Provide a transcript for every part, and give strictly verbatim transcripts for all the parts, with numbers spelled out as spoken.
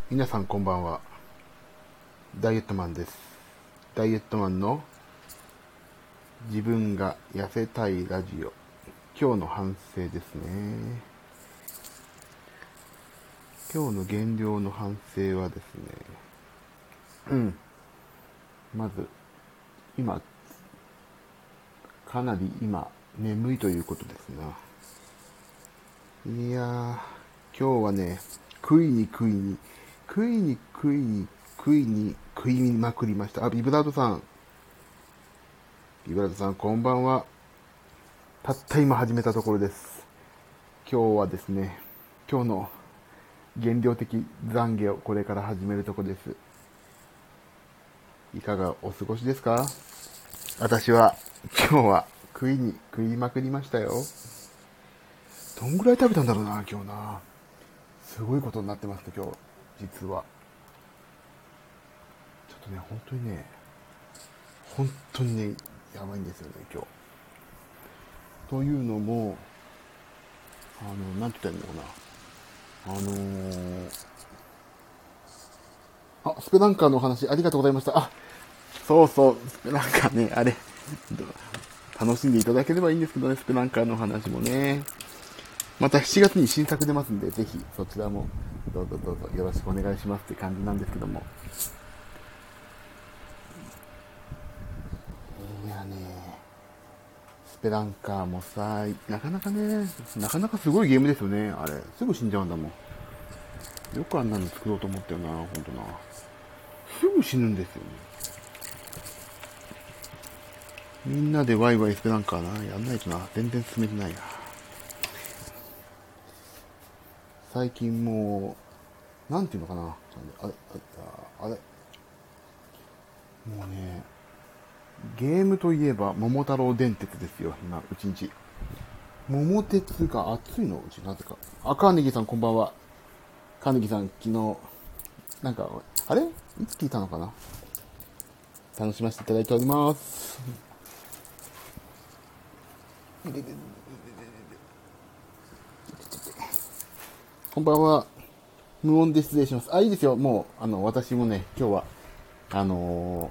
皆さんこんばんは。ダイエットマンです。ダイエットマンの自分が痩せたいラジオ。今日の反省ですね。今日の減量の反省はですね、うん。まず、今、かなり今、眠いということですな。いやー、今日はね、食いに食いに、食いに食いに、食いに食いまくりました。あ、ビブラートさん。ビブラートさん、こんばんは。たった今始めたところです。今日はですね、今日の減量的懺悔をこれから始めるところです。いかがお過ごしですか？私は今日は食いに食いまくりましたよ。どんぐらい食べたんだろうな、今日な。すごいことになってますね、今日。実は。ちょっとね、本当にね、本当にね、やばいんですよね、今日。というのも、あの、なんて言ったらいいんだろうな。あのー、あ、スペランカーのお話ありがとうございました。あ、そうそう、スペランカーね、あれ、楽しんでいただければいいんですけどね、スペランカーの話もね。またしちがつに新作出ますんで、ぜひそちらもどうぞどうぞよろしくお願いしますって感じなんですけども。いやね、スペランカーもさ、なかなかね、なかなかすごいゲームですよね、あれ。すぐ死んじゃうんだもん。よくあんなの作ろうと思ったよな、ほんとな。すぐ死ぬんですよね。みんなでワイワイスペランカーな、やんないとな。全然進めてないな。最近もう、なんていうのかな。あれ、あれ、あれもうね、ゲームといえば桃太郎電鉄ですよ、今、うちんち。桃鉄が熱いのうち、なぜか。あ、カーネギーさんこんばんは。カーネギーさん昨日、なんか、あれいつ聞いたのかな。楽しませていただいております。こんばんは。無音で失礼します。あ、いいですよ。もう、あの、私もね、今日は、あの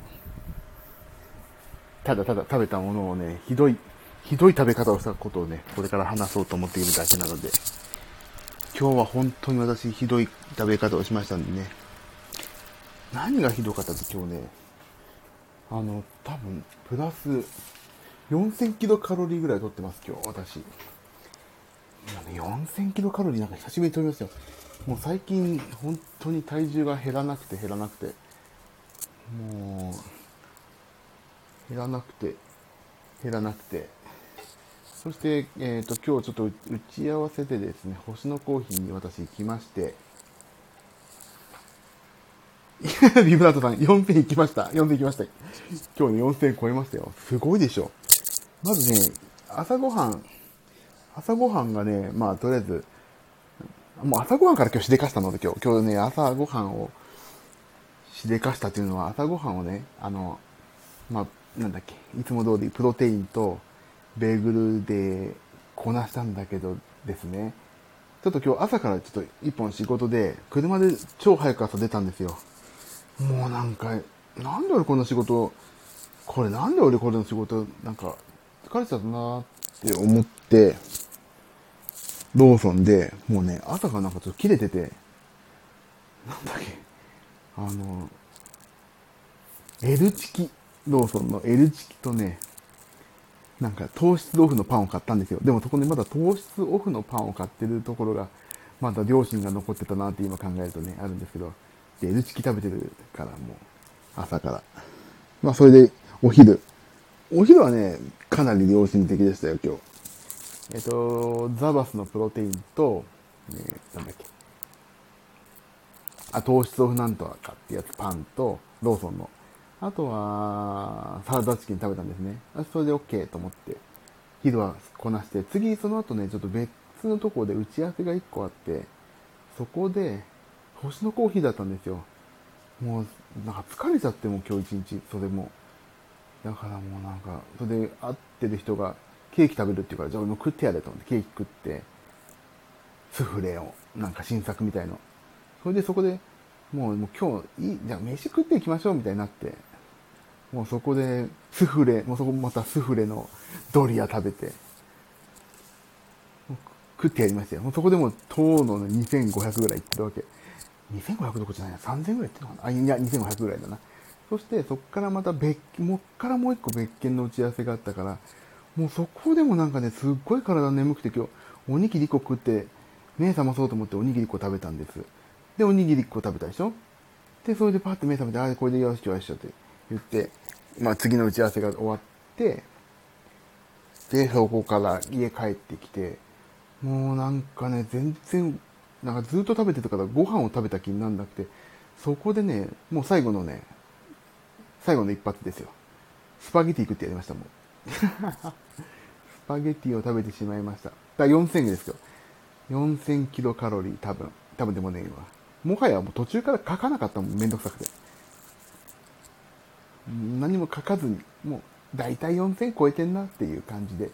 ーただただ食べたものをね、ひどい、ひどい食べ方をしたことをね、これから話そうと思っているだけなので、今日は本当に私ひどい食べ方をしましたんでね。何がひどかったって今日ね、あの、多分、プラスよんせんキロカロリーぐらい取ってます、今日、私。よんせんキロカロリーなんか久しぶりに取りますよ。もう最近、本当に体重が減らなくて減らなくて、もう、減らなくて、減らなくて。そして、えっ、と、今日ちょっと打ち合わせでですね、星のコーヒーに私行きまして、ビブラートさん、よんせん行きました。よんせん行きました。今日ね、よんせん超えましたよ。すごいでしょ。まずね、朝ごはん、朝ごはんがね、まあ、とりあえず、もう朝ごはんから今日しでかしたので、今日、今日ね、朝ごはんをしでかしたっていうのは、朝ごはんをね、あの、まあ、なんだっけ、いつも通りプロテインとベーグルでこなしたんだけどですね、ちょっと今日朝からちょっと一本仕事で、車で超早く朝出たんですよ。もうなんか、なんで俺こんな仕事、これなんで俺これの仕事、なんか、疲れちゃったなーって思って、ローソンで、もうね、朝がなんかちょっと切れてて、なんだっけ、あの、L チキ、ローソンの L チキとね、なんか糖質オフのパンを買ったんですよ。でもそこでまだ糖質オフのパンを買ってるところが、まだ両親が残ってたなって今考えるとね、あるんですけど、で、L チキ食べてるからもう、朝から。まあそれで、お昼。お昼はね、かなり良心的でしたよ、今日。えっと、ザバスのプロテインと、えー、なんだっけ、あ、糖質オフなんとかってやつ、パンと、ローソンの。あとは、サラダチキン食べたんですね。それで OK と思って、昼はこなして、次その後ね、ちょっと別のところで打ち合わせがいっこあって、そこで、星のコーヒーだったんですよ。もう、なんか疲れちゃって、もう今日一日、それも。だからもうなんか、それで会ってる人が、ケーキ食べるっていうから、じゃあ俺も食ってやれと思って、ケーキ食って、スフレを、なんか新作みたいの。それでそこで、 もう、もう今日、いい、じゃあ飯食っていきましょうみたいになって、もうそこで、スフレ、もうそこまたスフレのドリア食べて、食ってやりましたよ。もうそこでもう、糖の、ね、にせんごひゃくぐらいいってるわけ。にせんごひゃくどころじゃないな。さんぜんぐらいいってるのかな。あ、いや、にせんごひゃくぐらいだな。そして、そっからまた別、もっからもう一個別件の打ち合わせがあったから、もうそこでもなんかね、すっごい体眠くて今日、おにぎりいっこ食って、目覚まそうと思っておにぎりいっこ食べたんです。で、おにぎりいっこ食べたでしょ。で、それでパッと目覚めて、あれこれでよしよしよしって言って、まあ次の打ち合わせが終わって、で、そこから家帰ってきて、もうなんかね、全然、なんかずっと食べてたからご飯を食べた気になんなくて、そこでね、もう最後のね、最後の一発ですよ。スパゲティ食ってやりました、もう。スパゲティを食べてしまいました。だからよんせんですよ。よんせんキロカロリー多分。多分でもね、今。もはやもう途中から書かなかったもん、めんどくさくて。何も書かずに、もう、だいたいよんせん超えてんなっていう感じで。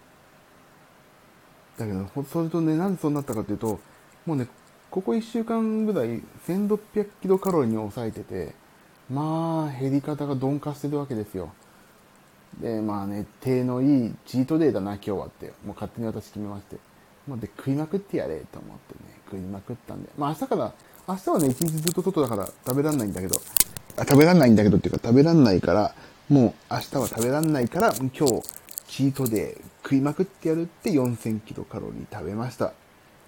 だけど、それとね、なんでそうなったかというと、もうね、ここいっしゅうかんぐらいせんろっぴゃくキロカロリーに抑えてて、まあ、減り方が鈍化してるわけですよ。で、まあね、手のいいチートデーだな、今日はって、もう勝手に私決めまして。もうで、食いまくってやれと思ってね、食いまくったんで。まあ明日から、明日はね、一日ずっと外だから食べらんないんだけど、あ、食べらんないんだけどっていうか食べらんないから、もう明日は食べらんないから、今日、チートデー食いまくってやるってよんせんキロカロリー食べました。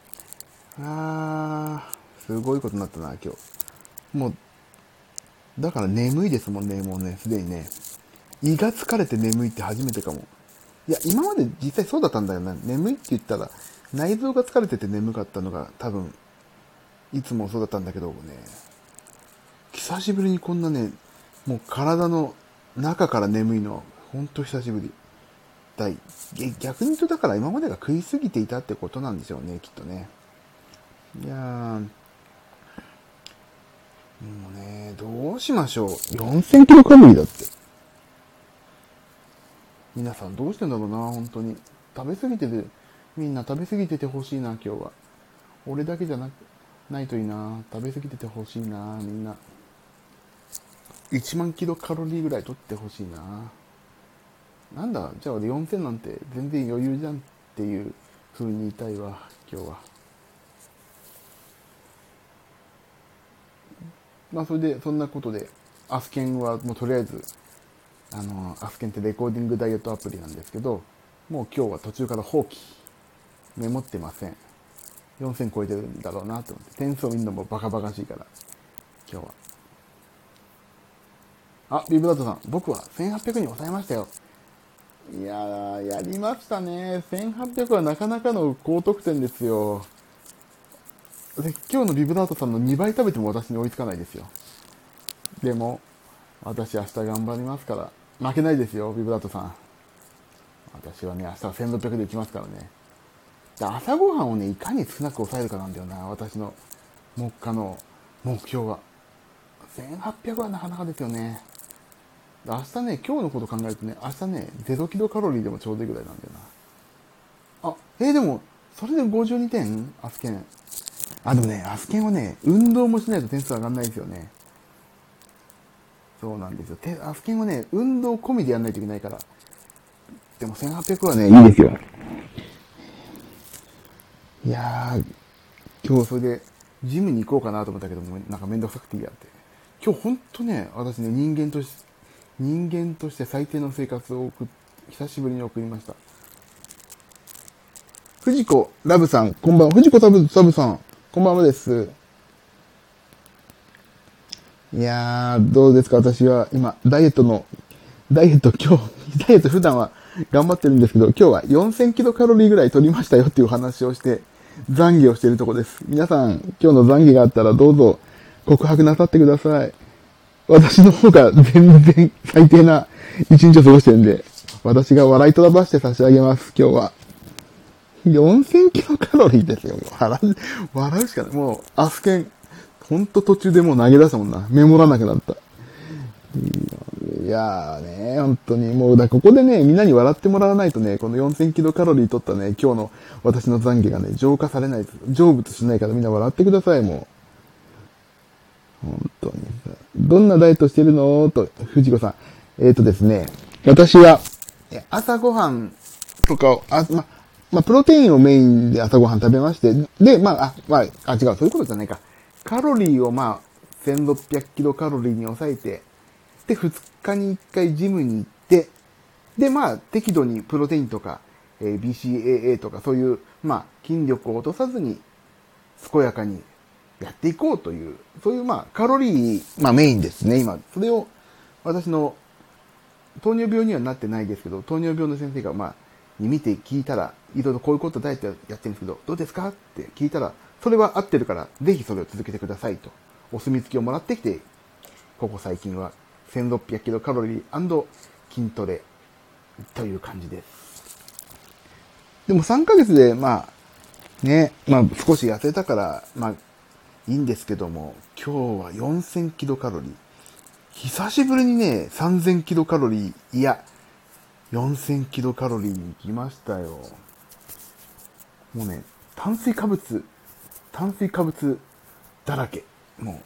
あー、すごいことになったな、今日。もう、だから眠いですもんね、もうね、すでにね。胃が疲れて眠いって初めてかも。いや、今まで実際そうだったんだよな。眠いって言ったら、内臓が疲れてて眠かったのが多分、いつもそうだったんだけどね、久しぶりにこんなね、もう体の中から眠いのは、ほんと久しぶり。だい逆に言うとだから今までが食いすぎていたってことなんでしょうね、きっとね。いやー、もうね、どうしましょう。よんせんキロカロリーだって。皆さんどうしてんだろうな、本当に。食べ過ぎてて、みんな食べ過ぎててほしいな、今日は。俺だけじゃなく、ないといいな。食べ過ぎててほしいな、みんな。いちまんキロカロリーぐらい取ってほしいな。なんだ、じゃあ俺よんせんなんて全然余裕じゃんっていう風に言いたいわ、今日は。まあそれで、そんなことで、アスケンはもうとりあえず、あの、アスケンってレコーディングダイエットアプリなんですけど、もう今日は途中から放棄。メモってません。よんせん超えてるんだろうなと思って。点数を見るのもバカバカしいから、今日は。あ、ビブラートさん、僕はせんはっぴゃくに抑えましたよ。いやー、やりましたね。せんはっぴゃくはなかなかの高得点ですよ。で、今日のビブラートさんのにばい食べても私に追いつかないですよ。でも、私明日頑張りますから。負けないですよ、ビブラートさん。私はね、明日はせんろっぴゃくでいきますからね。で、朝ごはんをね、いかに少なく抑えるかなんだよな、私の目下の目標は。せんはっぴゃくはなかなかですよね。明日ね、今日のこと考えるとね、明日ね、ゼロキロカロリーでもちょうどいいぐらいなんだよな。あ、えー、でも、それでごじゅうにてんアスケン。あ、でもね、アスケンはね、運動もしないと点数上がんないですよね。そうなんですよ。アスケンはね、運動込みでやんないといけないから。でもせんはっぴゃくはね、いいですよ。いやー、今日それで、ジムに行こうかなと思ったけども、なんかめんどくさくていいやって。今日ほんとね、私ね、人間として、人間として最低の生活を送っ、久しぶりに送りました。藤子ラブさん、こんばんは。藤子ラブ、ラブさん、こんばんはです。いやー、どうですか、私は今、ダイエットの、ダイエット今日、ダイエット普段は頑張ってるんですけど、今日はよんせんキロカロリーぐらい取りましたよっていう話をして、懺悔をしているところです。皆さん、今日の懺悔があったらどうぞ告白なさってください。私の方が全然最低な一日を過ごしてるんで、私が笑い飛ばして差し上げます、今日は。よんせんキロカロリーですよ。笑う、笑うしかない。もう、アスケン、ほんと途中でもう投げ出したもんな。メモらなくなった。いやーね、本当に。もう、だここでね、みんなに笑ってもらわないとね、このよんせんキロカロリー取ったね、今日の私の懺悔がね、浄化されない、成仏しないからみんな笑ってください、もう。 どんなダイエットしてるのと、藤子さん。えっ、ー、とですね、私は、朝ごはんとかを、あ、ま、まあ、プロテインをメインで朝ごはん食べまして、で、まあ、あ、まあ、あ、違う、そういうことじゃないか。カロリーをまあ、せんろっぴゃくキロカロリーに抑えて、で、ふつかにいっかいジムに行って、で、まあ、適度にプロテインとか、えー、ビーシーエーエー とかそういう、まあ、筋力を落とさずに、健やかにやっていこうという、そういうまあ、カロリー、まあメインですね、今。それを、私の、糖尿病にはなってないですけど、糖尿病の先生がまあ、に見て聞いたら、いろいろこういうことダイエットやってるんですけど、どうですかって聞いたら、それは合ってるから、ぜひそれを続けてくださいと、お墨付きをもらってきて、ここ最近はせんろっぴゃくキロカロリー&筋トレという感じです。でもさんかげつで、まあ、ね、まあ少し痩せたから、まあ、いいんですけども、今日はよんせんキロカロリー。久しぶりにね、さんぜんキロカロリー、いや、よんせんキロカロリーに行きましたよ。もうね、炭水化物、炭水化物だらけ。も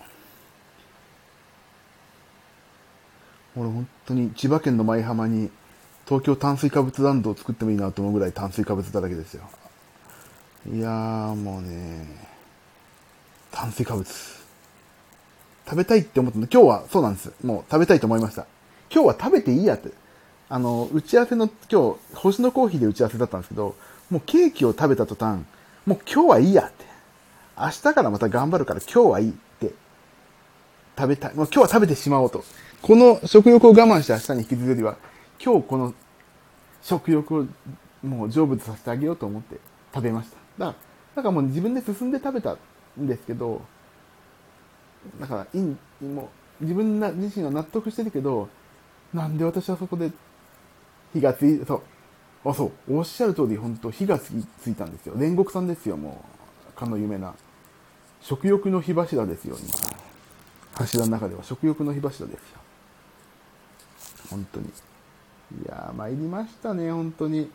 う、俺本当に千葉県の舞浜に東京炭水化物ランドを作ってもいいなと思うぐらい炭水化物だらけですよ。いやーもうね、炭水化物。食べたいって思ったの。今日はそうなんです。もう食べたいと思いました。今日は食べていいやって。あの、打ち合わせの、今日、星のコーヒーで打ち合わせだったんですけど、もうケーキを食べた途端、もう今日はいいやって。明日からまた頑張るから今日はいいって。食べたい。もう今日は食べてしまおうと。この食欲を我慢して明日に引きずるよりは、今日この食欲をもう成仏させてあげようと思って食べました。だから、だからもう自分で進んで食べたんですけど、だから、いい、もう、自分自身は納得してるけど、なんで私はそこで火がつい、そう、あ、そう、おっしゃる通り、本当火がついついたんですよ。煉獄さんですよ、もう。かの有名な。食欲の火柱ですよ、今。柱の中では食欲の火柱ですよ。本当に。いやー、参りましたね、本当に。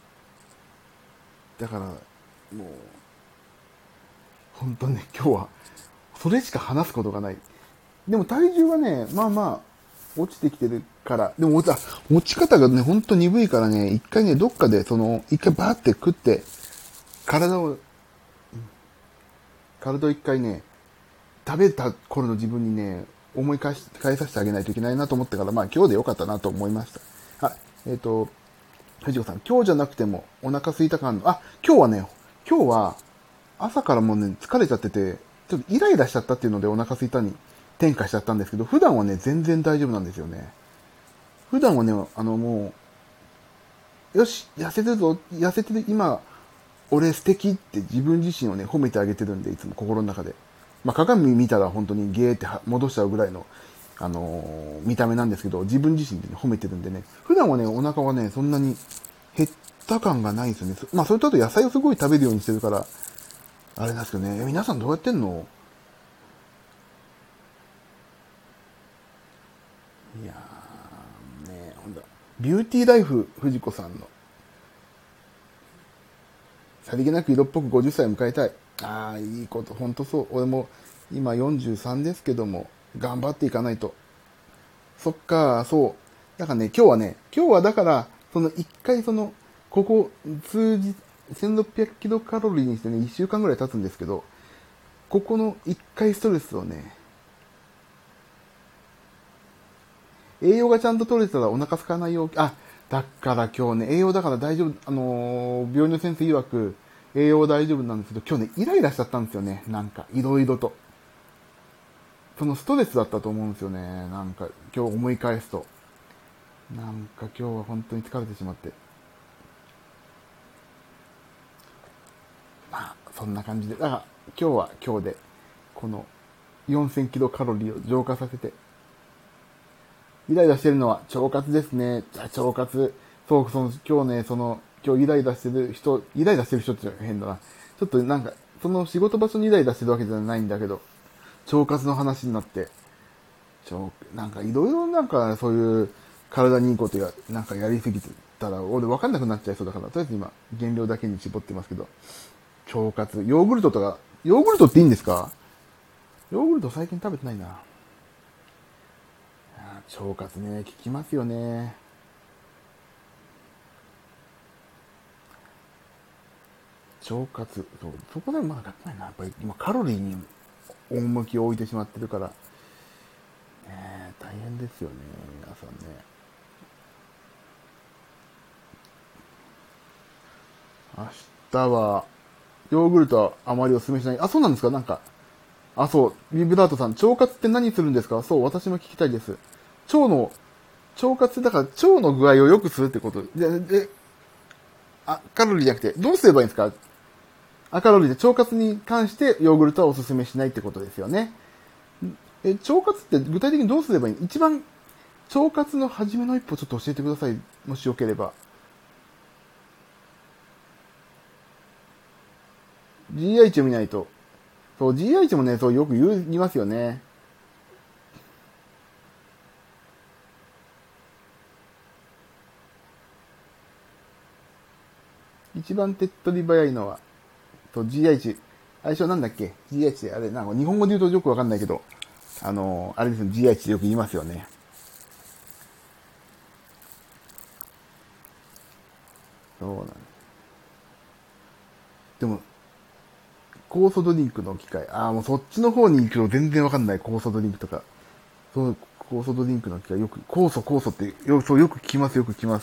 だから、もう、本当ね、今日は、それしか話すことがない。でも体重はね、まあまあ、落ちてきてるから、でも落ち、落ち方がね、ほんと鈍いからね、一回ね、どっかで、その、一回バーって食って、体を、体を一回ね、食べた頃の自分にね、思い返し、返させてあげないといけないなと思ってから、まあ今日でよかったなと思いました。あ、えっ、ー、と、藤子さん、今日じゃなくてもお腹空いた感の、あ、今日はね、今日は朝からもうね、疲れちゃってて、ちょっとイライラしちゃったっていうのでお腹空いたに転化しちゃったんですけど、普段はね、全然大丈夫なんですよね。普段はね、あのもう、よし、痩せてるぞ、痩せてる、今、俺素敵って自分自身をね、褒めてあげてるんで、いつも心の中で。まあ、鏡見たら本当にゲーって戻しちゃうぐらいの、あのー、見た目なんですけど、自分自身で、ね、褒めてるんでね、普段はね、お腹はね、そんなに減った感がないんですよね。まあ、それとあと野菜をすごい食べるようにしてるから、あれなんですけどね、皆さんどうやってんの？いやー、ね、ほんと、ビューティーライフ藤子さんの、さりげなく色っぽくごじゅっさい迎えたい。ああ、いいこと、ほんとそう。俺も今よんじゅうさんですけども、頑張っていかないと。そっか、そう。だからね、今日はね、今日はだから、その一回その、ここ数日、せんろっぴゃくキロカロリーにしてね、いっしゅうかんぐらい経つんですけど、ここの一回ストレスをね、栄養がちゃんと取れてたらお腹空かないよ。あ、だから今日ね、栄養だから大丈夫、あのー、病院の先生曰く、栄養は大丈夫なんですけど、今日ね、イライラしちゃったんですよね。なんか、いろいろと。そのストレスだったと思うんですよね。なんか、今日思い返すと。なんか今日は本当に疲れてしまって。まあ、そんな感じで。だから、今日は今日で、このよんせんキロカロリーを浄化させて、イライラしてるのは腸活ですね。じゃあ腸活。そう、その、今日ね、その、今日イライラしてる人、イライラしてる人って変だな。ちょっとなんか、その仕事場所にイライラしてるわけじゃないんだけど、腸活の話になって、腸、なんかいろいろなんかそういう体にいいことや、なんかやりすぎてたら、俺わかんなくなっちゃいそうだから、とりあえず今、減量だけに絞ってますけど、腸活、ヨーグルトとか、ヨーグルトっていいんですか？ヨーグルト最近食べてないな。 腸活ね、効きますよね。腸活、そう、そこでまだやっぱり今カロリーに重きを置いてしまってるから、ね、大変ですよね、皆さんね。明日は、ヨーグルトはあまりお勧めしない。あ、そうなんですかなんか。あ、そう、ビブラートさん、腸活って何するんですか？そう、私も聞きたいです。腸の、腸活だから腸の具合を良くするってことで、で、あ、カロリーじゃなくて、どうすればいいんですか？あ、カロリーで腸活に関してヨーグルトはお勧めしないってことですよね。え、腸活って具体的にどうすればいい？一番、腸活の初めの一歩ちょっと教えてください。もしよければ。ジーアイ 値を見ないと。そう、ジーアイ 値もね、そうよく言う言いますよね。一番手っ取り早いのは、そう、ジーアイ 値。最初なんだっけ？ ジーアイ 値ってあれ、なんか日本語で言うとよくわかんないけど、あのー、あれですね、ジーアイ 値ってよく言いますよね。そうなんです。でも、酵素ドリンクの機械。ああ、もうそっちの方に行くと全然わかんない。酵素ドリンクとか。そう、酵素ドリンクの機械よく、酵素酵素ってよ、そうよく聞きます、よく聞きます。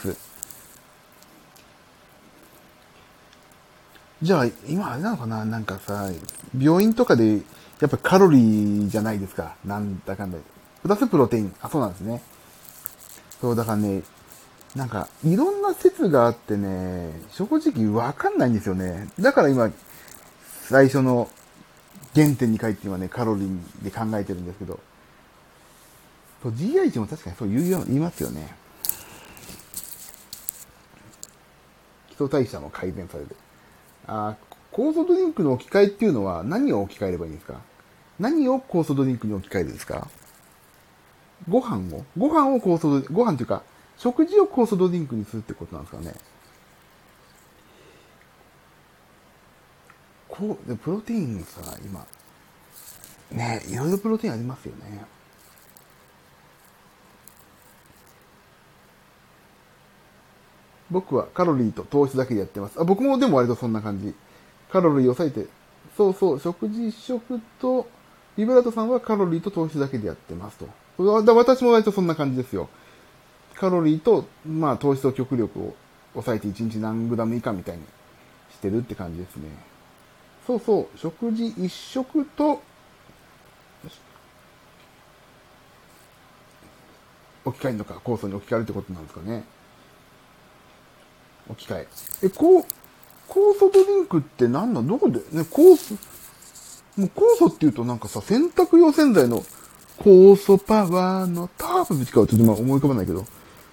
じゃあ、今あれなのかななんかさ、病院とかで、やっぱカロリーじゃないですか。なんだかんだ。プラスプロテイン。あ、そうなんですね。そう、だからね、なんか、いろんな説があってね、正直わかんないんですよね。だから今、最初の原点に書いて今ね、カロリーで考えてるんですけど、そう、ジーアイ 値も確かにそう言うよ、言いますよね。基礎代謝も改善される。あ、酵素ドリンクの置き換えっていうのは何を置き換えればいいんですか？何を酵素ドリンクに置き換えるんですか？ご飯をご飯を酵素ドご飯というか、食事を酵素ドリンクにするってことなんですかね。こう、プロテインさ、今、ね、いろいろプロテインありますよね。僕はカロリーと糖質だけでやってます。あ、僕もでも割とそんな感じ。カロリーを抑えて、そうそう、食事一食と、ビブラートさんはカロリーと糖質だけでやってますと。私も割とそんな感じですよ。カロリーと、まあ糖質と極力を抑えていちにち何グラム以下みたいにしてるって感じですね。そうそう、食事一食と、置き換えるのか、酵素に置き換えるってことなんですかね。置き換え。え、こう、酵素ドリンクって何なの？どこでね、酵素、もう酵素って言うとなんかさ、洗濯用洗剤の酵素パワーのタープしかちょっと今思い浮かばないけど。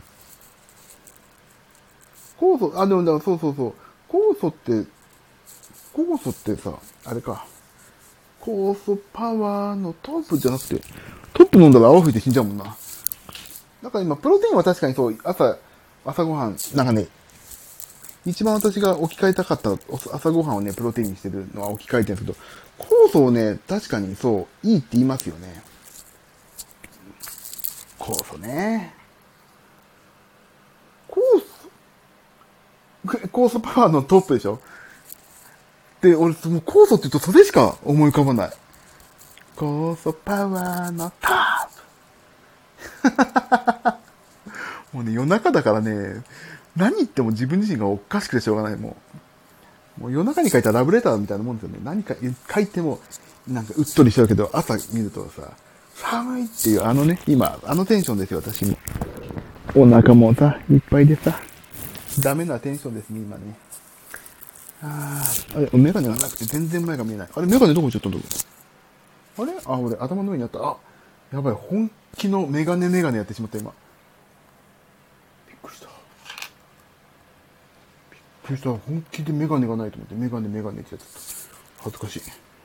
酵素、あ、でもだからそうそうそう。酵素って、酵素ってさ、あれか。酵素パワーのトップじゃなくて、トップ飲んだら泡吹いて死んじゃうもんな。だから今、プロテインは確かにそう、朝、朝ごはん、なんかね、一番私が置き換えたかった朝ごはんをね、プロテインにしてるのは置き換えてるんですけど、酵素をね、確かにそう、いいって言いますよね。酵素ね。酵素、酵素パワーのトップでしょ？で、俺、その酵素って言うとそれしか思い浮かばない。酵素パワーのトップ。もうね、夜中だからね、何言っても自分自身がおかしくてしょうがない、もう。もう夜中に書いたラブレターみたいなもんですよね。何か書いても、なんかうっとりしちゃうけど、朝見るとさ、寒いっていう、あのね、今、あのテンションですよ、私も。お腹もさ、いっぱいでさ、ダメなテンションですね、今ね。あー、あれ、メガネがなくて全然前が見えない。あれ、メガネどこ行っちゃったんだろう。あれあ、俺、頭の上にあった。あ、やばい、本気のメガネメガネやってしまった、今。びっくりした。びっくりした。本気でメガネがないと思って、メガネメガネってやっちゃった。恥ずかしい。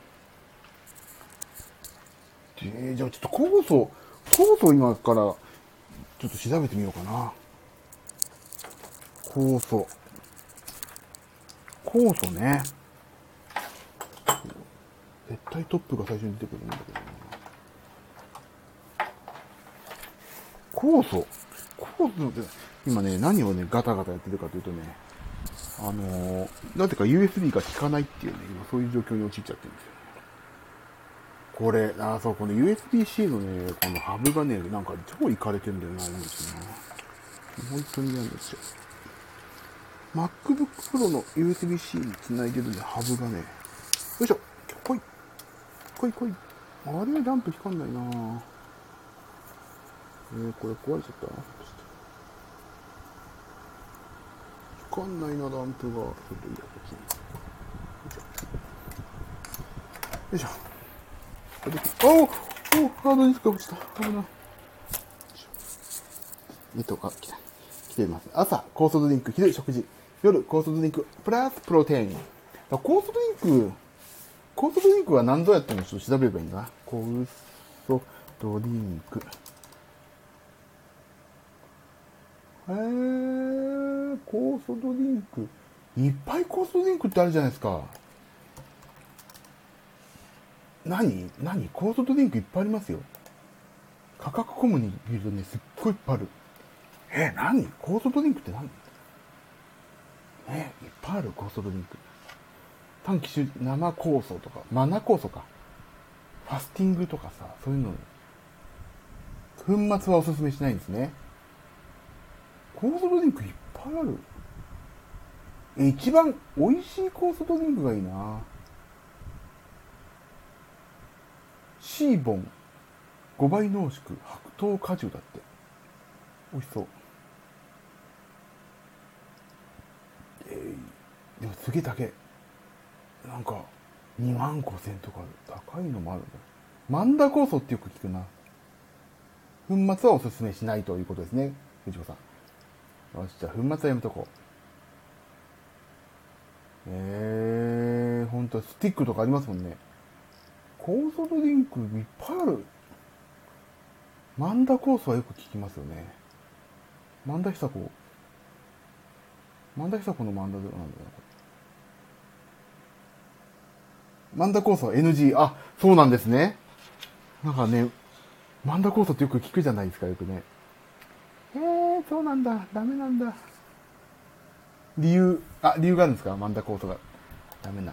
えー、じゃあちょっと酵素、酵素今から、ちょっと調べてみようかな。酵素。酵素ね。絶対トップが最初に出てくるんだけどな。 酵素。酵素って、今ね、何をね、ガタガタやってるかというとね、あのー、なぜか ユーエスビー が効かないっていうね、今そういう状況に陥っちゃってるんですよ。これ、あ、そう、この ユーエスビー-C のね、このハブがね、なんか超イカれてんだよな、思うんですよな。本当に嫌なんですよ。MacBook Pro の ユーエスビー-C に繋いでるね、ハブがね、よいしょ、来い。来い来い。あれ、ランプ光んないな。えー、これ壊れちゃった。光んないな、ランプが。ちょっといいや、こっちに。よいしょ。よいしょ。おおおハードディスクが落ちた。危ない。えっと、あ、来た。来ています。朝、酵素ドリンク、昼、食事。夜、酵素ドリンク、プラスプロテイン。酵素ドリンク、酵素ドリンクは何度やってもちょっと調べればいいんだな。酵素ドリンク。へー、酵素ドリンク。いっぱい酵素ドリンクってあるじゃないですか。何何酵素ドリンクいっぱいありますよ。価格コムに見るとね、すっごいいっぱいある。え、何酵素ドリンクって何え、いっぱいある酵素ドリンク。短期種生酵素とか、マナ酵素か。ファスティングとかさ、そういうの。粉末はおすすめしないんですね。酵素ドリンクいっぱいある。え、一番美味しい酵素ドリンクがいいな。シーボンごばい濃縮白桃果汁だって。美味しそう。えー、でもすげえだけ。なんかにまんごせんとかある。高いのもあるね。マンダ酵素ってよく聞くな。粉末はおすすめしないということですね、藤子さん。よし、じゃあ粉末はやめとこう。えー、ほんとスティックとかありますもんね。酵素ドリンクいっぱいある。マンダ酵素はよく聞きますよね。マンダヒサコ。マンダヒサコのマンダなんだよな、これ。マンダ酵素は エヌジー。あ、そうなんですね。なんかね、マンダ酵素ってよく聞くじゃないですか、よくね。へえ、そうなんだ。ダメなんだ。理由、あ、理由があるんですか、マンダ酵素が。ダメな。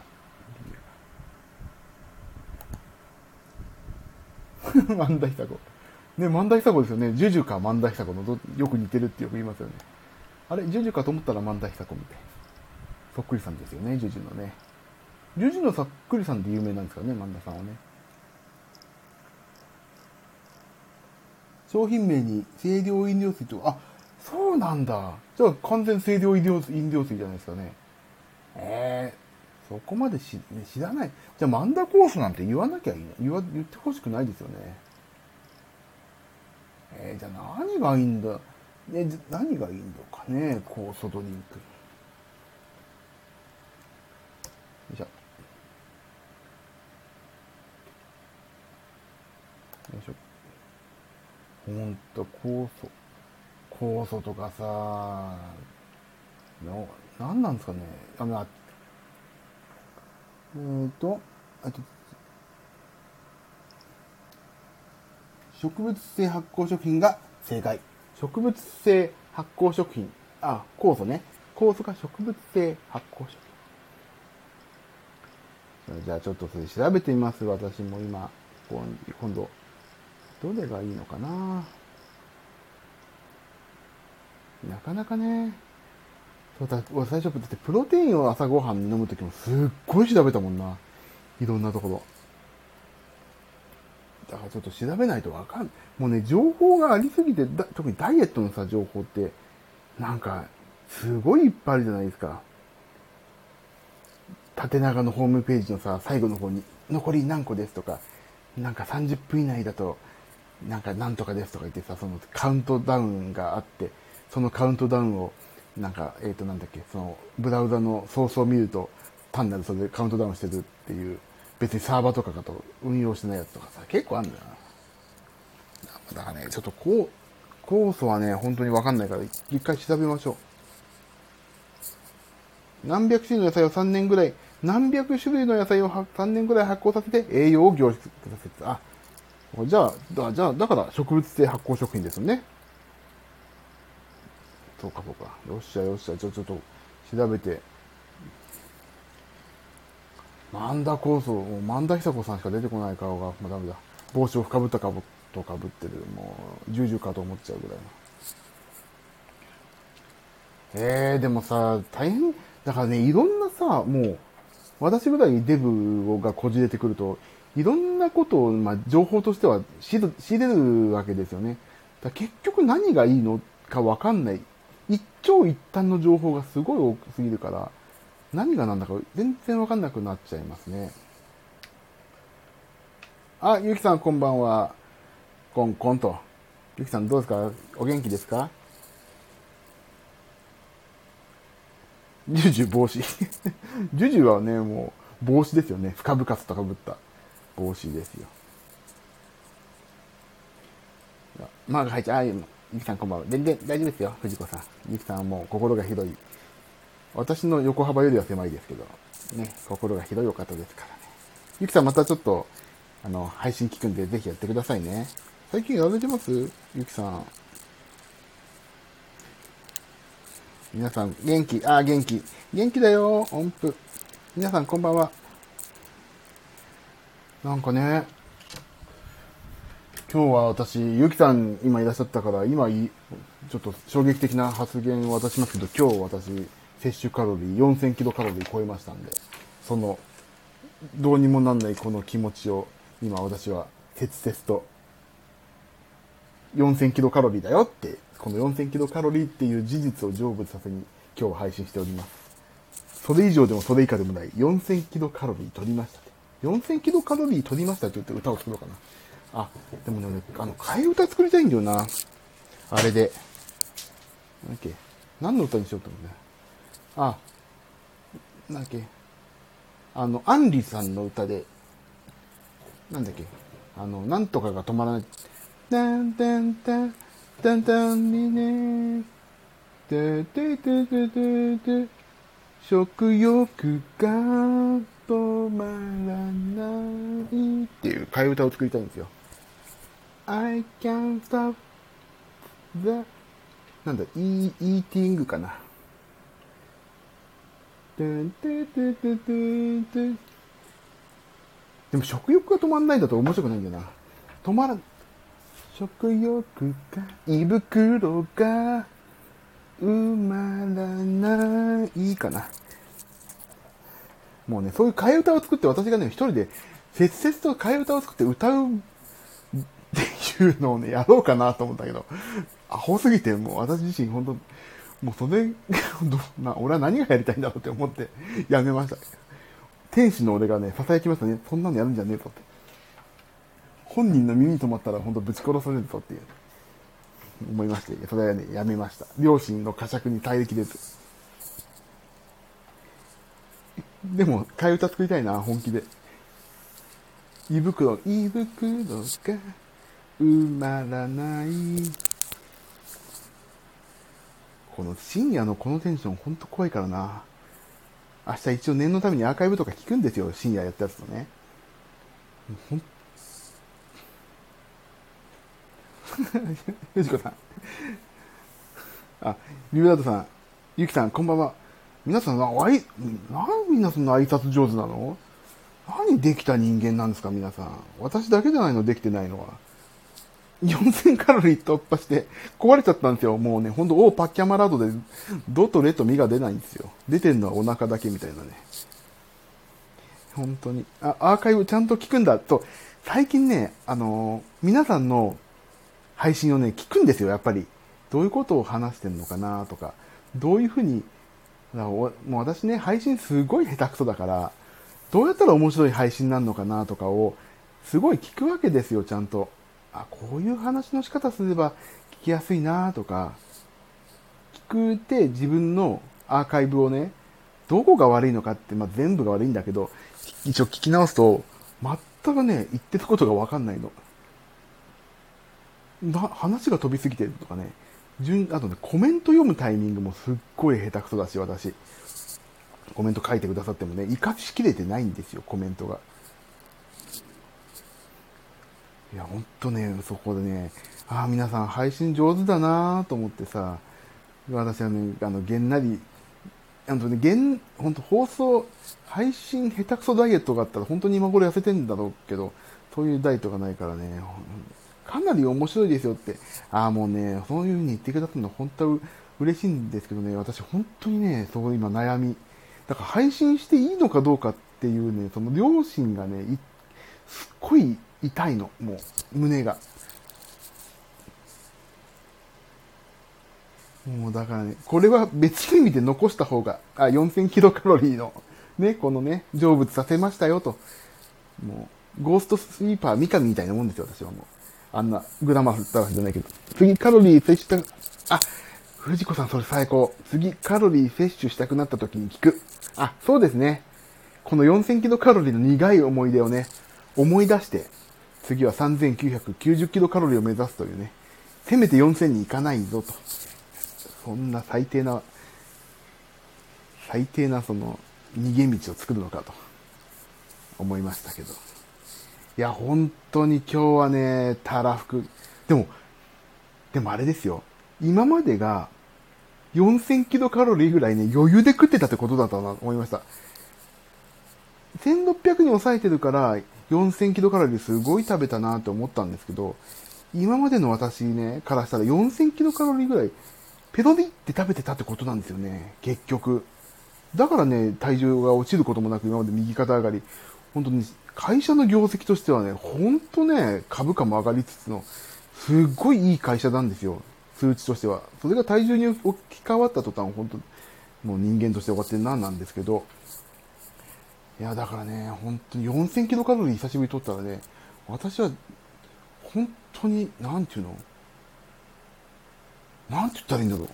マンダヒサコ。ね、マンダヒサコですよね。ジュジュかマンダヒサコのどよく似てるってよく言いますよね。あれ、ジュジュかと思ったらマンダヒサコみたいな。そっくりさんですよね、ジュジュのね。ジュジュのそっくりさんで有名なんですからね、マンダさんはね。商品名に清涼飲料水と、あ、そうなんだ。じゃあ完全清涼飲料水飲料水じゃないですかね。えー、そこまでし知らない。じゃあマンダコースなんて言わなきゃいいの。言わ言ってほしくないですよね。えー、じゃあ何がいいんだ。え、何がいいのかね、酵素ドリンク。よいしょ。よいしょ。ほんと、酵素。酵素とかさ、の、何なんですかね。あの、えーと、あと、植物性発酵食品が正解。植物性発酵食品。あ、酵素ね。酵素が植物性発酵食品。じゃあちょっとそれ調べてみます。私も今、今度、どれがいいのかな。なかなかね。そうだ、最初、だってプロテインを朝ごはんに飲むときもすっごい調べたもんな。いろんなところ。だからちょっと調べないとわかん、もうね、情報がありすぎて、特にダイエットのさ、情報って、なんか、すごいいっぱいあるじゃないですか。縦長のホームページのさ、最後の方に、残り何個ですとか、なんかさんじゅっぷん以内だと、なんかなんとかですとか言ってさ、そのカウントダウンがあって、そのカウントダウンを、なんか、えっとなんだっけ、その、ブラウザのソースを見ると、単なるそれでカウントダウンしてるっていう、別にサーバーとかかと運用してないやつとかさ、結構あるんだよな。だからね、ちょっとこう、酵素はね、本当にわかんないから、一回調べましょう。何百種類の野菜をさんねんぐらい、何百種類の野菜をさんねんぐらい発酵させて栄養を凝縮させて、あ、じゃあ、だ、じゃあ、だから植物性発酵食品ですよね。 そうかそうか。よっしゃよっしゃ、ちょ、ちょっと調べて。万田構想、もう万田久子さんしか出てこない顔が、もうダメだ。帽子をかぶったかぶとかぶってる、もう、ジュジュかと思っちゃうぐらいの。えー、でもさ、大変、だからね、いろんなさ、もう、私ぐらいデブがこじれてくると、いろんなことを、まあ、情報としては仕入仕入れるわけですよね。だ結局何がいいのかわかんない。一長一短の情報がすごい多すぎるから、何が何だか全然わかんなくなっちゃいますね。あ、ゆきさんこんばんは。コンコンと。ゆきさんどうですか？お元気ですか？ジュジュ帽子。ジュジュはね、もう帽子ですよね。深々とかぶった帽子ですよ。マーが入っちゃう。あ、ゆきさんこんばんは。全然大丈夫ですよ、藤子さん。ゆきさんはもう心が広い。私の横幅よりは狭いですけど、ね、心が広いお方ですからね。ゆきさんまたちょっと、あの、配信聞くんでぜひやってくださいね。最近やられてます？ゆきさん。皆さん、元気？あ、元気。元気だよ、音符。皆さんこんばんは。なんかね、今日は私、ゆきさん今いらっしゃったから、今い、ちょっと衝撃的な発言を渡しますけど、今日私、摂取カロリーよんせんキロカロリー超えましたんで、その、どうにもなんないこの気持ちを、今私は、切々と、よんせんキロカロリーだよって、このよんせんキロカロリーっていう事実を成仏させに、今日は配信しております。それ以上でもそれ以下でもない、よんせんキロカロリー取りましたって。よんせんキロカロリー取りましたって言って歌を作ろうかな。あ、でもね、あの、替え歌作りたいんだよな。あれで。なんだっけ。何の歌にしようと思うね。あ、なんだっけ。あの、アンリさんの歌で、なんだっけ。あの、なんとかが止まらない。タンタンタン、タンタンにね、てててててて、食欲が止まらないっていう替え歌を作りたいんですよ。I can't stop the なんだ、イー、イーティングかな。てんててててて。でも食欲が止まんないんだと面白くないんだよな。止まら、食欲が、胃袋が埋まらないかな。もうね、そういう替え歌を作って私がね、一人で、切々と替え歌を作って歌うっていうのをね、やろうかなと思ったけど、アホすぎて、もう私自身本当、もうそれ、どな俺は何がやりたいんだろうって思ってやめました。天使の俺がね、囁きましたね。そんなのやるんじゃねえぞって。本人の耳に留まったら本当ぶち殺されるぞっていう、思いまして、それはね、やめました。両親の呵責に耐えきれず。でも、替え歌作りたいな、本気で。胃袋、胃袋が埋まらない。この深夜のこのテンションほんと怖いからな。明日一応念のためにアーカイブとか聞くんですよ、深夜やったやつとね。ほん、よしこさん。あ、ビブラートさん、ゆきさん、こんばんは。皆さん、あい、なんみんなそんな挨拶上手なの？何できた人間なんですか、皆さん。私だけじゃないの、できてないのは。よんせんカロリー突破して壊れちゃったんですよ。もうね、ほんと、オーパッキャマラードで、ドとレとミが出ないんですよ。出てるのはお腹だけみたいなね。本当に。あ、アーカイブちゃんと聞くんだと、最近ね、あのー皆さんの配信をね、聞くんですよ、やっぱり。どういうことを話してるのかなとか、どういうふうに、もう私ね、配信すごい下手くそだから、どうやったら面白い配信になるのかなとかを、すごい聞くわけですよ、ちゃんと。あ、こういう話の仕方すれば聞きやすいなとか、聞くて自分のアーカイブをね、どこが悪いのかって、まあ、全部が悪いんだけど、一応聞き直すと、全くね、言ってることがわかんないの。な話が飛びすぎてるとかね、順あとね、コメント読むタイミングもすっごい下手くそだし、私。コメント書いてくださってもね、活かしきれてないんですよ、コメントが。いや、ほんとね、そこでね、ああ、皆さん配信上手だなと思ってさ、 私はね、あの、げんなり、あのね、げん、本当放送、配信下手くそダイエットがあったら本当に今頃痩せてんだろうけど、そういうダイエットがないからね、かなり面白いですよって、ああ、もうね、そういう風に言ってくださるのは本当は嬉しいんですけどね、私本当にね、そう今悩み。だから配信していいのかどうかっていうね、その両親がね、いすっごい痛いの、もう、胸が。もうだからね、これは別の意味で残した方が、あ、よんせんキロカロリーの、ね、このね、成仏させましたよと。もう、ゴーストスイーパー三上みたいなもんですよ、私はもう。あんな、グラマー振ったわけじゃないけど。次カロリー摂取した、あ、藤子さんそれ最高。次カロリー摂取したくなった時に聞く。あ、そうですね。このよんせんキロカロリーの苦い思い出をね、思い出して、次はさんぜんきゅうひゃくきゅうじゅうキロカロリーを目指すというね、せめてよんせんに行かないぞと。そんな最低な、最低なその逃げ道を作るのかと思いましたけど。いや、本当に今日はね、たらふく。でも、でもあれですよ。今までがよんせんキロカロリーぐらいね、余裕で食ってたってことだったなと思いました。せんろっぴゃくに抑えてるからよんせんキロカロリーすごい食べたなって思ったんですけど、今までの私ね、からしたらよんせんキロカロリーぐらいペロリって食べてたってことなんですよね、結局。だからね、体重が落ちることもなく今まで右肩上がり。本当に会社の業績としてはね、本当ね、株価も上がりつつの、すっごいいい会社なんですよ。数値としては。それが体重に置き換わった途端、本当もう人間として終わってるな、なんですけど。いや、だからね、本当によんせんキロカロリー久しぶりに取ったらね、私は、本当に、なんていうのなんて言ったらいいんだろう。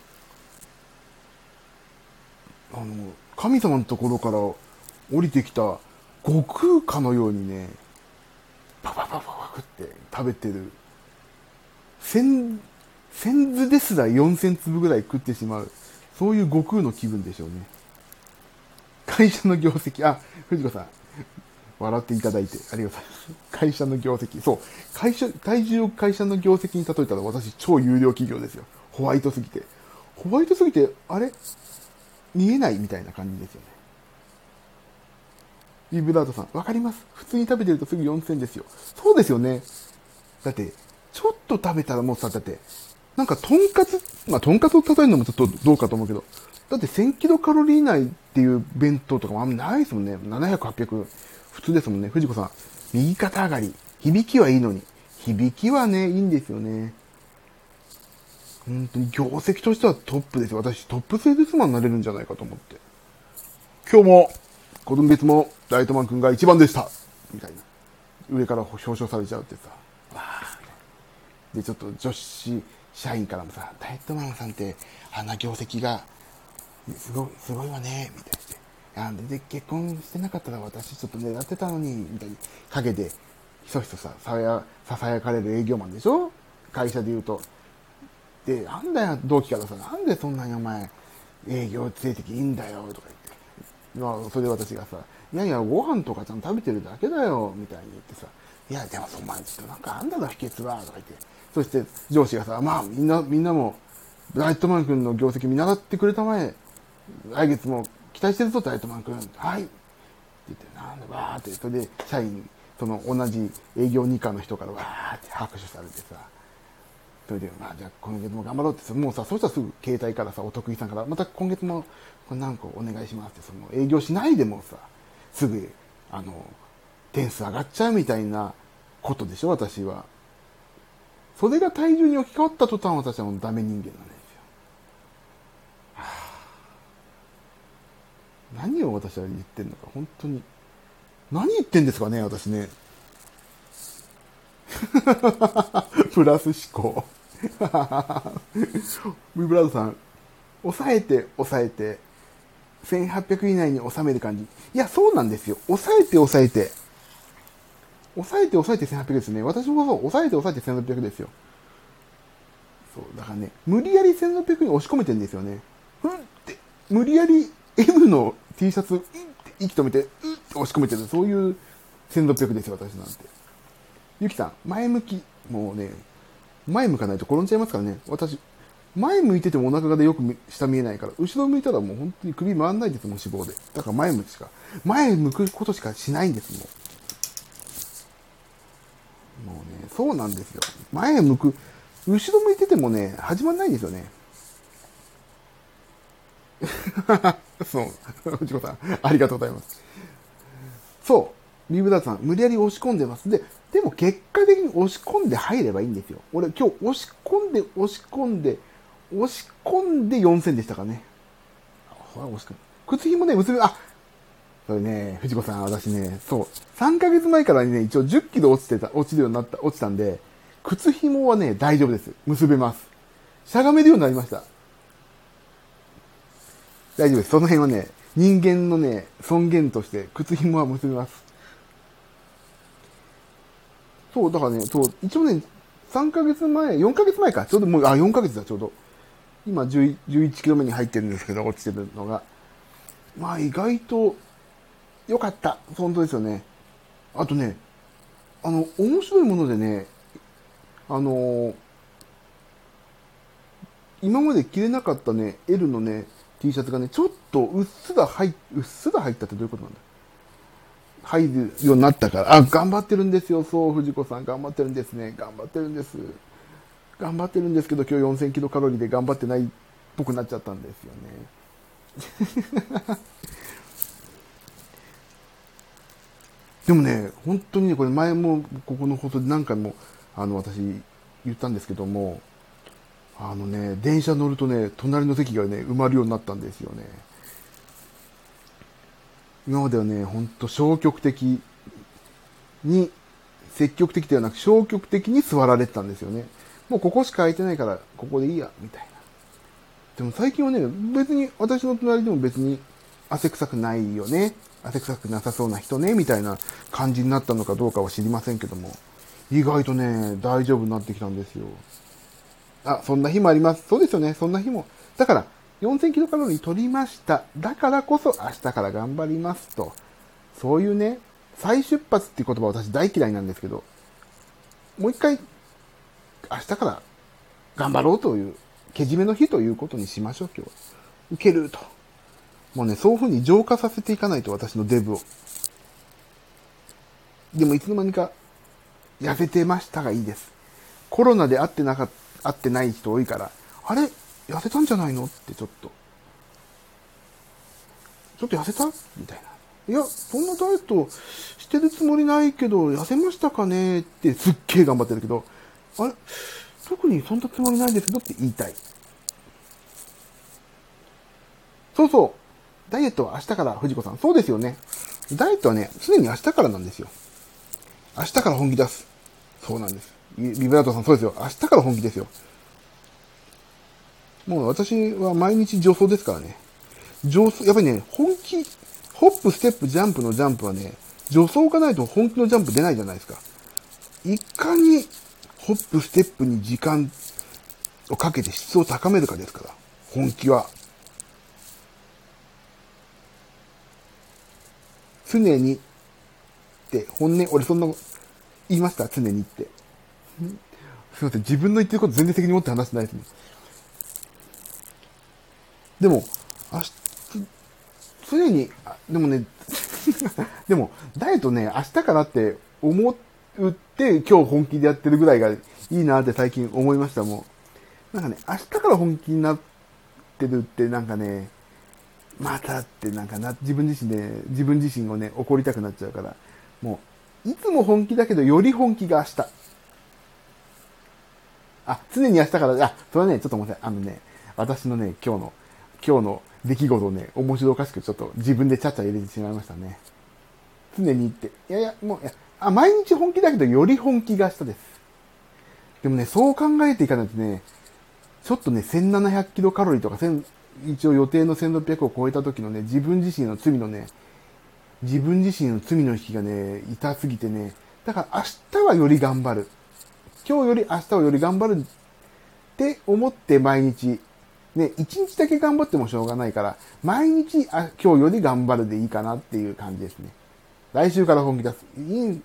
あの、神様のところから降りてきた悟空かのようにね、パパパパパクって食べてる。千、千図ですらよんせん粒ぐらい食ってしまう。そういう悟空の気分でしょうね。会社の業績、あ、藤子さん、笑っていただいてありがとうございます。会社の業績、そう、会社、体重を会社の業績に例えたら私超有料企業ですよ。ホワイトすぎて。ホワイトすぎて、あれ見えないみたいな感じですよね。ビブラートさん、わかります。普通に食べてるとすぐよんせんですよ。そうですよね。だって、ちょっと食べたらもうさ、だって、なんか、とんかつ、まあ、とんかつを例えるのもちょっとどうかと思うけど、だってせんキロカロリー以内っていう弁当とかもあんまないですもんね。ななひゃく、はっぴゃく、普通ですもんね。藤子さん、右肩上がり。響きはいいのに。響きはね、いいんですよね。本当に業績としてはトップですよ。私、トップセールスマンになれるんじゃないかと思って。今日も、子供別もライトマン君が一番でしたみたいな。上から表彰されちゃうってさ。わーで、ちょっと女子社員からもさ、ダイエットマンさんってあんな業績がすごい、すごいわね、みたいな。あで、結婚してなかったら私ちょっと狙ってたのに、みたいに陰でひそひそさ、さや、ささやかれる営業マンでしょ、会社で言うと。で、なんだよ、同期からさ、なんでそんなにお前、営業成績いいんだよ、とか言って。まあ、それで私がさ、いやいや、ご飯とかちゃんと食べてるだけだよ、みたいに言ってさ、いや、でもそんなにちょっとなんかあんだろ、秘訣は、とか言って。そして上司がさ、まあ、みんな、みんなも、ライトマン君の業績見習ってくれたまえ、来月も期待してるぞ、ライトマン君。はい。って言って、なんで、わーって、それで、社員、その同じ営業二課の人からわーって拍手されてさ、それで、まあ、じゃあ今月も頑張ろうってさ、もうさ、そうしたらすぐ携帯からさ、お得意さんから、また今月もこれ何個お願いしますって、その営業しないでもさ、すぐ、あの、点数上がっちゃうみたいなことでしょ、私は。それが体重に置き換わった途端、私はもうダメ人間なんですよ。はあ、何を私は言ってんのか、本当に。何言ってんですかね、私ね。プラス思考。ビブラードさん、抑えて、抑えて、せんはっぴゃく以内に収める感じ。いや、そうなんですよ。抑えて、抑えて。抑えて、抑えてせんはっぴゃくですね。私もそう、抑えて、抑えてせんろっぴゃくですよ。そう、だからね、無理やりせんろっぴゃくに押し込めてんですよね。うんって、無理やり M の T シャツ、うんって息止めて、うんって押し込めてる。そういうせんろっぴゃくですよ、私なんて。ゆきさん、前向き。もうね、前向かないと転んじゃいますからね。私、 前向いててもお腹がでよく下見えないから、後ろ向いたらもう本当に首回んないですもん、脂肪で。だから前向くしか、前向くことしかしないんですもん。もうね、そうなんですよ。前向く、後ろ向いててもね、始まんないんですよね。そう。藤子さん、ありがとうございます。そう。リブダーさん、無理やり押し込んでます。で、でも結果的に押し込んで入ればいいんですよ。俺今日押し込んで、押し込んで、押し込んでよんせんでしたからね。ほら、押し込む。靴紐ね、結び、あ、それね、藤子さん、私ね、そう。さんかげつまえからね、一応じゅっキロ落ちてた、落ちるようになった、落ちたんで、靴紐はね、大丈夫です。結べます。しゃがめるようになりました。大丈夫です。その辺はね、人間のね、尊厳として靴紐は結びます。そう、だからね、そう、一応ね、さんかげつまえ、よんかげつまえか、ちょうどもう、あ、よんかげつだ、ちょうど。今、じゅういちキロ目に入ってるんですけど、落ちてるのが。まあ、意外と、良かった。本当ですよね。あとね、あの、面白いものでね、あのー今まで着れなかったね、L のね、T シャツがね、ちょっとうっすら入っ、うっすら入ったってどういうことなんだ、入るようになったから、あ、頑張ってるんですよ、そう、藤子さん、頑張ってるんですね、頑張ってるんです。頑張ってるんですけど、今日よんせんキロカロリーで頑張ってないっぽくなっちゃったんですよね。でもね、本当にね、これ前も、ここの放送で何回も、あの、私、言ったんですけども、あのね、電車乗るとね、隣の席がね、埋まるようになったんですよね。今まではね、ほんと消極的に、積極的ではなく消極的に座られてたんですよね。もうここしか空いてないから、ここでいいや、みたいな。でも最近はね、別に、私の隣でも別に汗臭くないよね。汗臭くなさそうな人ね、みたいな感じになったのかどうかは知りませんけども、意外とね、大丈夫になってきたんですよ。あ、そんな日もあります。そうですよね、そんな日も。だから、よんせんキロカロリー取りました。だからこそ明日から頑張りますと。そういうね、再出発っていう言葉私大嫌いなんですけど、もう一回、明日から頑張ろうという、けじめの日ということにしましょう、今日は。いけると。もうね、そういう風に浄化させていかないと、私のデブを。でもいつの間にか、痩せてましたがいいです。コロナで会ってなか、会ってない人多いから、あれ痩せたんじゃないのってちょっと。ちょっと痩せたみたいな。いや、そんなダイエットしてるつもりないけど、痩せましたかねってすっげえ頑張ってるけど、あれ特にそんなつもりないですけどって言いたい。そうそう。ダイエットは明日から、藤子さん。そうですよね。ダイエットはね、常に明日からなんですよ。明日から本気出す。そうなんです。ビブラートさん、そうですよ。明日から本気ですよ。もう私は毎日助走ですからね。助走、やっぱりね、本気、ホップ、ステップ、ジャンプのジャンプはね、助走がないと本気のジャンプ出ないじゃないですか。いかに、ホップ、ステップに時間をかけて質を高めるかですから。本気は。常にって、本音、俺そんな言いました常にって。すいません。自分の言ってること全然責任持って話してないですね。でも、明日、常に、でもね、でも、ダイエットね、明日からって思って、今日本気でやってるぐらいがいいなって最近思いました、もう。なんかね、明日から本気になってるってなんかね、またってなんかな、自分自身で、自分自身をね、怒りたくなっちゃうから、もう、いつも本気だけど、より本気が明日。あ、常に明日から、あ、それはね、ちょっとごめんなさい。あのね、私のね、今日の、今日の出来事をね、面白おかしくちょっと自分でちゃっちゃ入れてしまいましたね。常に言って。いやいや、もう、いや、あ、毎日本気だけど、より本気が明日です。でもね、そう考えていかないとね、ちょっとね、せんななひゃくキロカロリーとか、一応予定のせんろっぴゃくを超えた時のね、自分自身の罪のね、自分自身の罪の引きがね、痛すぎてね、だから明日はより頑張る。今日より明日はより頑張るって思って毎日、ね、一日だけ頑張ってもしょうがないから、毎日、あ、今日より頑張るでいいかなっていう感じですね。来週から本気出す。い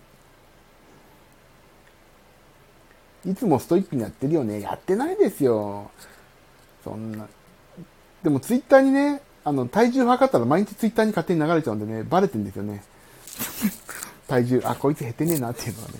い、いつもストイックにやってるよね。やってないですよ。 そんな。でもツイッターにね、あの、体重測ったら毎日ツイッターに勝手に流れちゃうんでね、バレてんですよね。体重、あ、こいつ減ってねえなっていうのはね。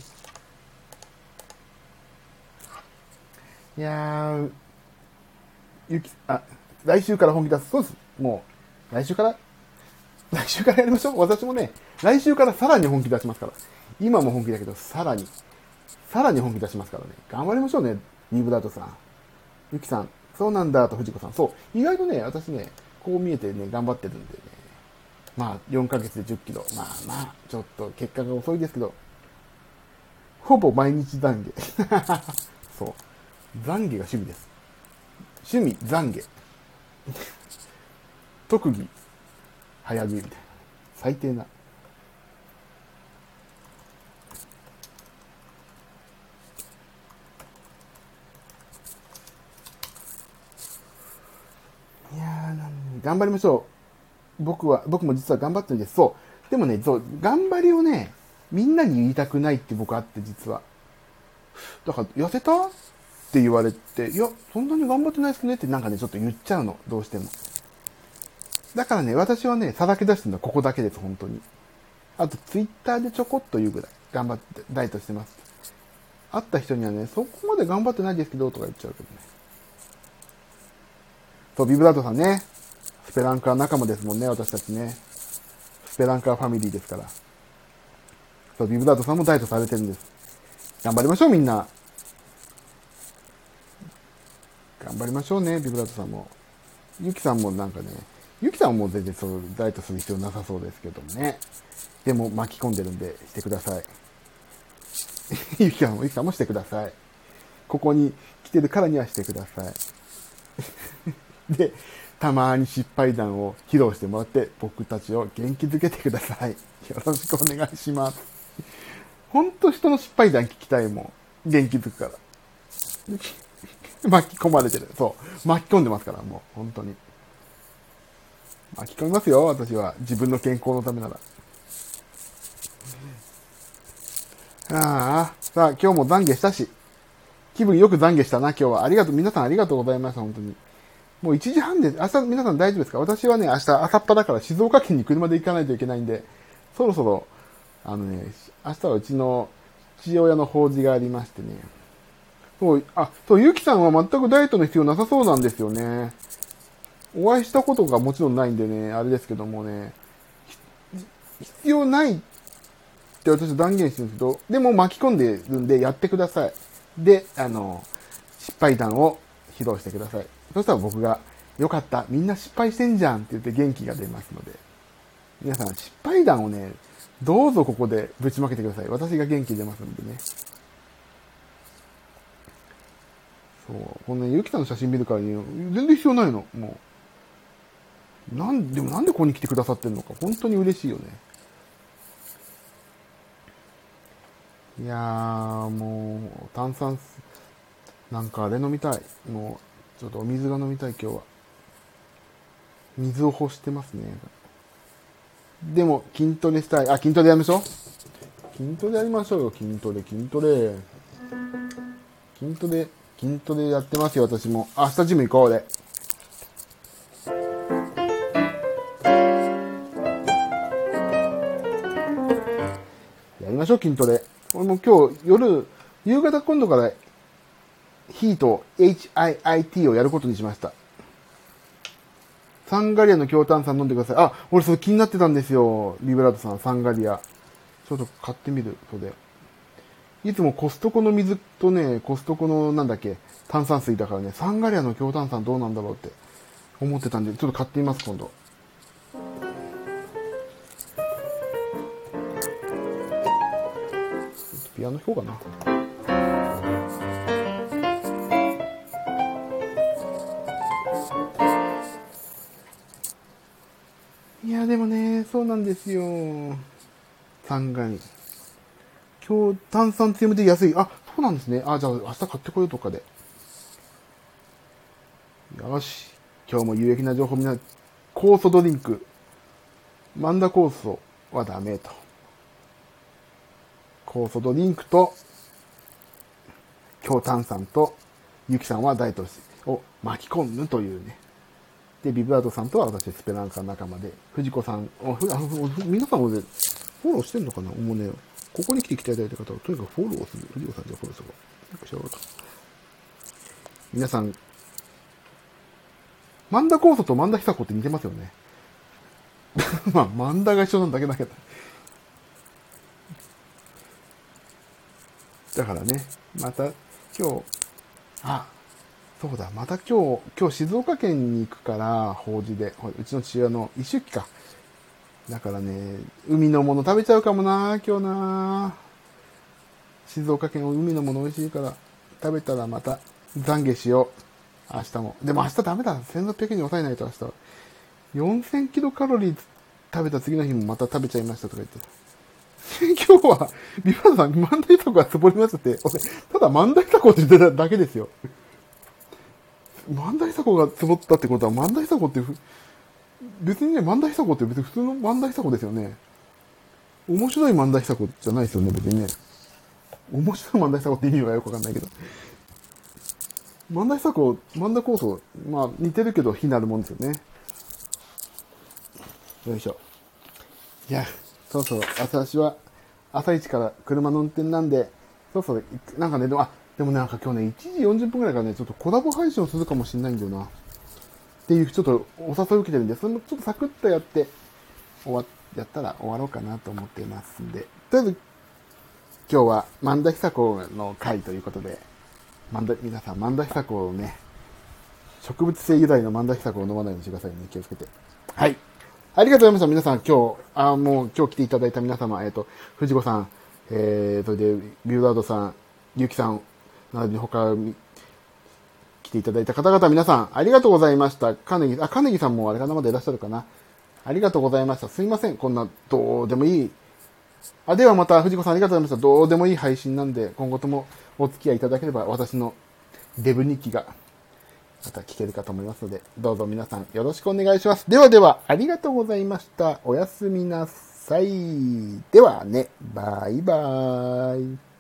いやー、ゆき、あ、来週から本気出す。そうです。もう、来週から、来週からやりましょう。私もね、来週からさらに本気出しますから。今も本気だけど、さらに、さらに本気出しますからね。頑張りましょうね、リーブダートさん。ゆきさん、そうなんだと藤子さん。そう、意外とね、私ね、こう見えてね、頑張ってるんでね。まあ、よんかげつでじゅっキロ。まあまあ、ちょっと結果が遅いですけど、ほぼ毎日懺悔。そう。懺悔が趣味です。趣味、懺悔。特技、早食いみたいな。最低な。いやーなん頑張りましょう。僕は、僕も実は頑張ってるんです。そう。でもね、そう、頑張りをね、みんなに言いたくないって僕あって、実は。だから、痩せたって言われて、いや、そんなに頑張ってないですねってなんかね、ちょっと言っちゃうの。どうしても。だからね、私はね、さらけ出してるのはここだけです、本当に。あと、ツイッターでちょこっと言うぐらい。頑張ってダイエットしてます。会った人にはね、そこまで頑張ってないですけど、とか言っちゃうけどね。そう、ビブラートさんね。スペランカー仲間ですもんね、私たちね。スペランカーファミリーですから。そう、ビブラートさんもダイエットされてるんです。頑張りましょう、みんな。頑張りましょうね、ビブラートさんも。ゆきさんもなんかね、ゆきさんはもう全然そうダイエットする必要なさそうですけどもね。でも巻き込んでるんでしてください。ゆきさんも、ゆきさんもしてください。ここに来てるからにはしてください。で、たまに失敗談を披露してもらって、僕たちを元気づけてください。よろしくお願いします。ほんと人の失敗談聞きたいもん。元気づくから。巻き込まれてる。そう。巻き込んでますから、もう、本当に。巻き込みますよ、私は。自分の健康のためなら。ああ、さあ、今日も懺悔したし。気分よく懺悔したな、今日は。ありがとう、皆さんありがとうございました、本当に。もういちじはんで、明日皆さん大丈夫ですか？私はね、明日朝っぱだから静岡県に車で行かないといけないんで、そろそろ、あのね、明日はうちの父親の法事がありましてね。そう、あ、そう、ゆきさんは全くダイエットの必要なさそうなんですよね。お会いしたことがもちろんないんでね、あれですけどもね、必要ないって私は断言してるんですけど、でも巻き込んでるんでやってください。で、あの、失敗談を披露してください。そしたら僕が、よかった、みんな失敗してんじゃんって言って元気が出ますので、皆さん失敗談をね、どうぞここでぶちまけてください。私が元気出ますんでね。そう。このね、ゆきさんの写真見るからに、全然必要ないの。もう。なん、でもなんでここに来てくださってるのか、本当に嬉しいよね。いやー、もう、炭酸水、なんかあれ飲みたい。もう、ちょっとお水が飲みたい今日は。水を欲してますね。でも、筋トレしたい。あ、筋トレやりましょう。筋トレやりましょうよ、筋トレ、筋トレ。筋トレ、筋トレやってますよ、私も。あ、明日ジム行こう、俺。やりましょう、筋トレ。俺も今日、夜、夕方今度から、ヒート、エイチアイアイティー をやることにしました。サンガリアの強炭酸飲んでください。あ、俺それ気になってたんですよ。ビブラートさん、サンガリア。ちょっと買ってみる、それ。いつもコストコの水とね、コストコのなんだっけ、炭酸水だからね、サンガリアの強炭酸どうなんだろうって思ってたんで、ちょっと買ってみます、今度。ピアノ弾こうかな。いや、でもね、そうなんですよ。サンガリ。今日、炭酸強めで安い。あ、そうなんですね。あ、じゃあ明日買ってこようとかで。よし。今日も有益な情報みんな、酵素ドリンク。マンダ酵素はダメと。酵素ドリンクと、強炭酸と、ゆきさんはダイエットして。 を巻き込むというね。で、ビブラートさんとは私、スペランカ仲間で、藤子さん、あふあ皆さんもね、フォローしてんのかなもうね、ここに来ていただいた方は、とにかくフォローする。藤子さんじゃフォローする。なんか知らなかった。皆さん、万田酵素と万田久子って似てますよね。まあ、万田が一緒なんだけだけど。だからね、また今日、あ、そうだ、また今日、今日静岡県に行くから、法事で、うちの父親の一周忌か。だからね、海のもの食べちゃうかもな、今日な。静岡県の海のもの美味しいから、食べたらまた懺悔しよう。明日も。でも明日ダメだ。せんろっぴゃくえんに抑えないと明日。よんせんキロカロリー食べた次の日もまた食べちゃいましたとか言って。今日は、ビバーさん、万代タコがつぼりましたって、ただ万代タコって言ってただけですよ。万代タコがつぼったってことは、万代タコって、別にね、万代タコって別に普通の万代タコですよね。面白い万代タコじゃないですよね、別にね。面白い万代タコって意味はよくわかんないけど。万代タコ、万代酵素、まあ似てるけど非なるもんですよね。よいしょ。いや、そうそう、私は朝一から車の運転なんで、そうそう、なんかね、でも、あ、でもね、なんか今日ね、いちじよんじゅっぷんくらいからね、ちょっとコラボ配信をするかもしれないんだよな。っていう、ちょっとお誘い受けてるんで、それもちょっとサクッとやって、終わ、やったら終わろうかなと思っていますんで、とりあえず、今日は万田久子の回ということで、万田、皆さん万田久子をね、植物性由来の万田久子を飲まないようにしてくださいね、気をつけて。はい。ありがとうございました。皆さん、今日、あもう今日来ていただいた皆様、えっ、ー、と、藤子さん、えー、それで、ビューダードさん、ゆきさん、並びに他、来ていただいた方々、皆さん、ありがとうございました。カネギ、あ、カネギさんもあれかなまでいらっしゃるかな。ありがとうございました。すいません。こんな、どうでもいい。あ、ではまた、藤子さんありがとうございました。どうでもいい配信なんで、今後ともお付き合いいただければ、私のデブ日記が、また聞けるかと思いますので、どうぞ皆さんよろしくお願いします。ではでは、ありがとうございました。おやすみなさい。ではね、バイバーイ。